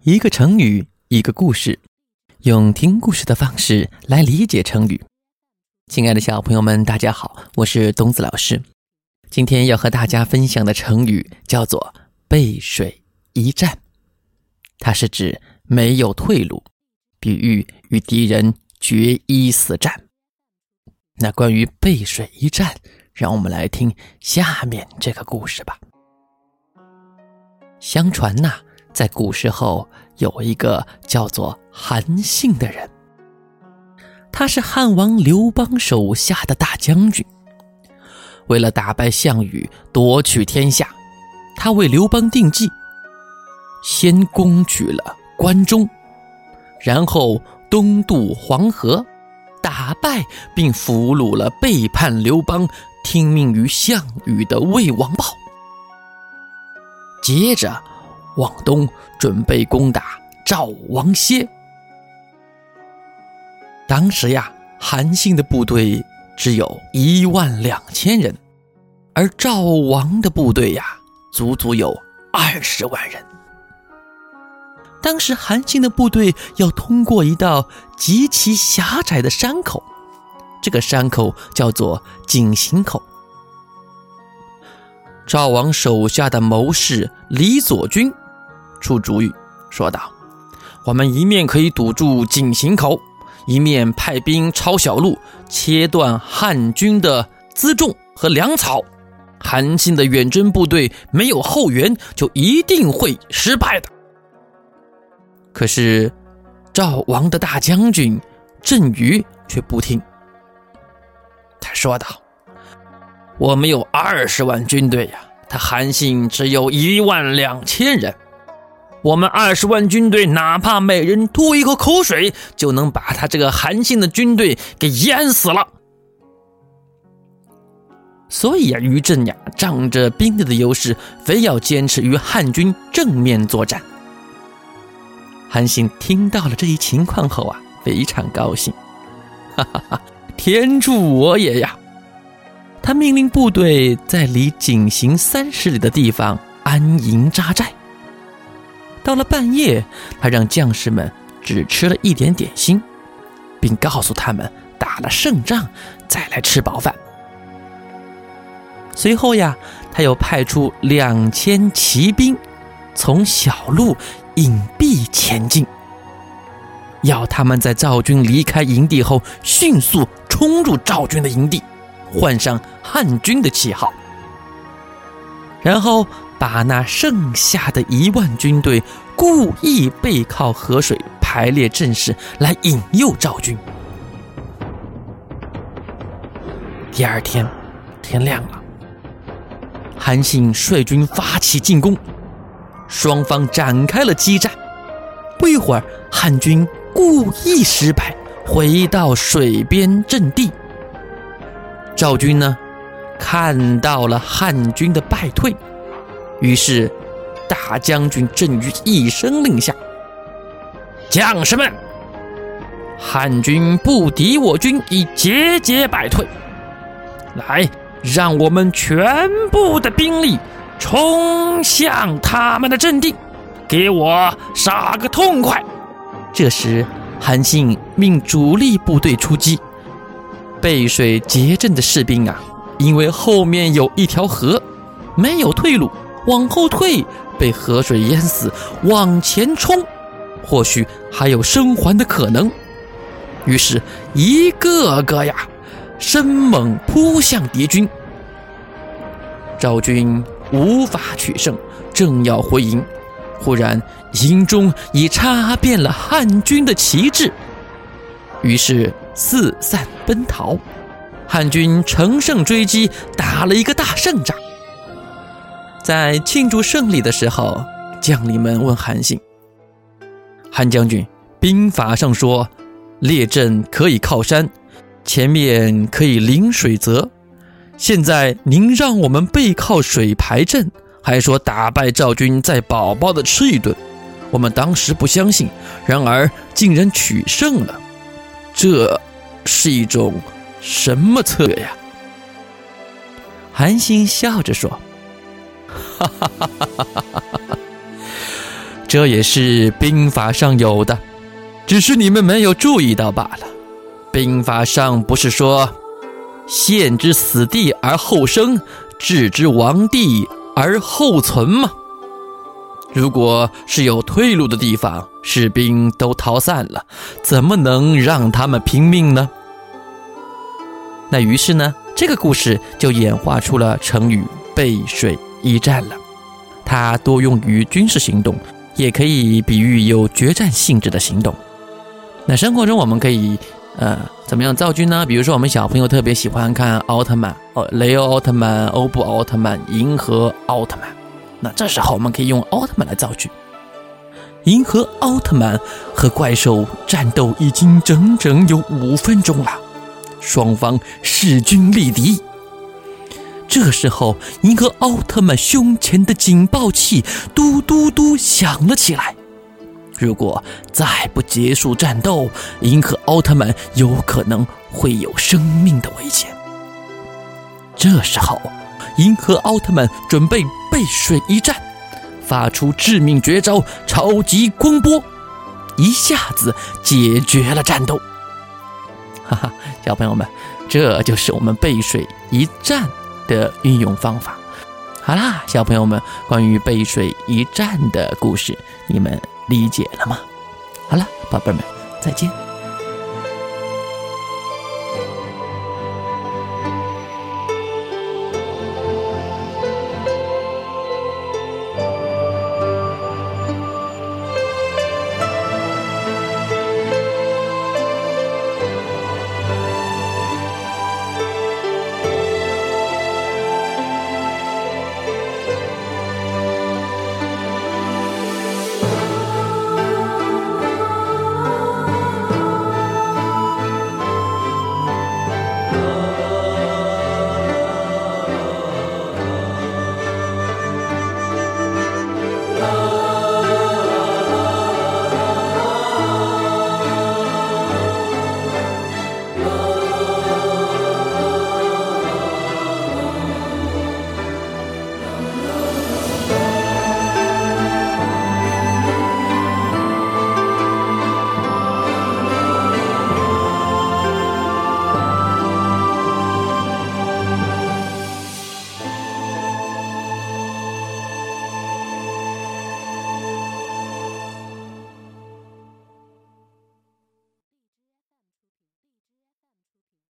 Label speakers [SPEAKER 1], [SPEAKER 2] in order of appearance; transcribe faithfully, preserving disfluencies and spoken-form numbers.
[SPEAKER 1] 一个成语，一个故事，用听故事的方式来理解成语。亲爱的小朋友们，大家好，我是东子老师。今天要和大家分享的成语叫做背水一战，它是指没有退路，比喻与敌人决一死战。那关于背水一战，让我们来听下面这个故事吧。相传呐、啊，在古时候有一个叫做韩信的人，他是汉王刘邦手下的大将军。为了打败项羽，夺取天下，他为刘邦定计，先攻取了关中，然后东渡黄河，打败并俘虏了背叛刘邦、听命于项羽的魏王豹。接着往东准备攻打赵王歇。当时呀，韩信的部队只有一万两千人，而赵王的部队呀，足足有二十万人。当时韩信的部队要通过一道极其狭窄的山口，这个山口叫做井陉口。赵王手下的谋士李左军出主意，说道：我们一面可以堵住井陉口，一面派兵抄小路，切断汉军的辎重和粮草。韩信的远征部队没有后援，就一定会失败的。可是赵王的大将军郑瑜却不听，他说道：我们有二十万军队呀，他韩信只有一万两千人。我们二十万军队，哪怕每人吐一口口水，就能把他这个韩信的军队给淹死了。所以啊，于震呀，仗着兵力的优势，非要坚持与汉军正面作战。韩信听到了这一情况后啊，非常高兴，哈哈哈，天助我也呀！他命令部队在离井陉三十里的地方安营扎寨。到了半夜，他让将士们只吃了一点点心，并告诉他们打了胜仗再来吃饱饭。随后呀，他又派出两千骑兵从小路隐蔽前进，要他们在赵军离开营地后迅速冲入赵军的营地，换上汉军的旗号，然后把那剩下的一万军队故意背靠河水排列阵势，来引诱赵军。第二天天亮了，韩信率军发起进攻，双方展开了激战。不一会儿，汉军故意失败，回到水边阵地。赵军呢，看到了汉军的败退，于是大将军郑瑜一声令下：将士们，汉军不敌我军，已节节败退，来，让我们全部的兵力冲向他们的阵地，给我杀个痛快。这时韩信命主力部队出击，背水结阵的士兵啊，因为后面有一条河，没有退路，往后退被河水淹死，往前冲或许还有生还的可能。于是一个个呀生猛扑向敌军。赵军无法取胜，正要回营，忽然营中已插遍了汉军的旗帜，于是四散奔逃。汉军乘胜追击，打了一个大胜仗。在庆祝胜利的时候，将领们问韩信：韩将军，兵法上说列阵可以靠山，前面可以临水泽，现在您让我们背靠水排阵，还说打败赵军再饱饱的吃一顿，我们当时不相信，然而竟然取胜了，这是一种什么策略呀？韩信笑着说：哈哈哈哈哈哈， 这也是兵法上有的，只是你们没有注意到罢了。兵法上不是说陷之死地而后生，置之亡地而后存吗？如果是有退路的地方，士兵都逃散了，怎么能让他们拼命呢？那于是呢，这个故事就演化出了成语背水一战了。它多用于军事行动，也可以比喻有决战性质的行动。那生活中我们可以呃怎么样造句呢？比如说我们小朋友特别喜欢看奥特曼，哦，雷欧奥特曼、欧布奥特曼、银河奥特曼，那这时候我们可以用奥特曼来造句。银河奥特曼和怪兽战斗已经整整有五分钟了，双方势均力敌。这时候银河奥特曼胸前的警报器嘟嘟嘟响了起来，如果再不结束战斗，银河奥特曼有可能会有生命的危险。这时候银河奥特曼准备背水一战，发出致命绝招超级光波，一下子解决了战斗。哈哈，小朋友们，这就是我们背水一战的运用方法。好啦，小朋友们，关于背水一战的故事，你们理解了吗？好了，宝贝们，再见。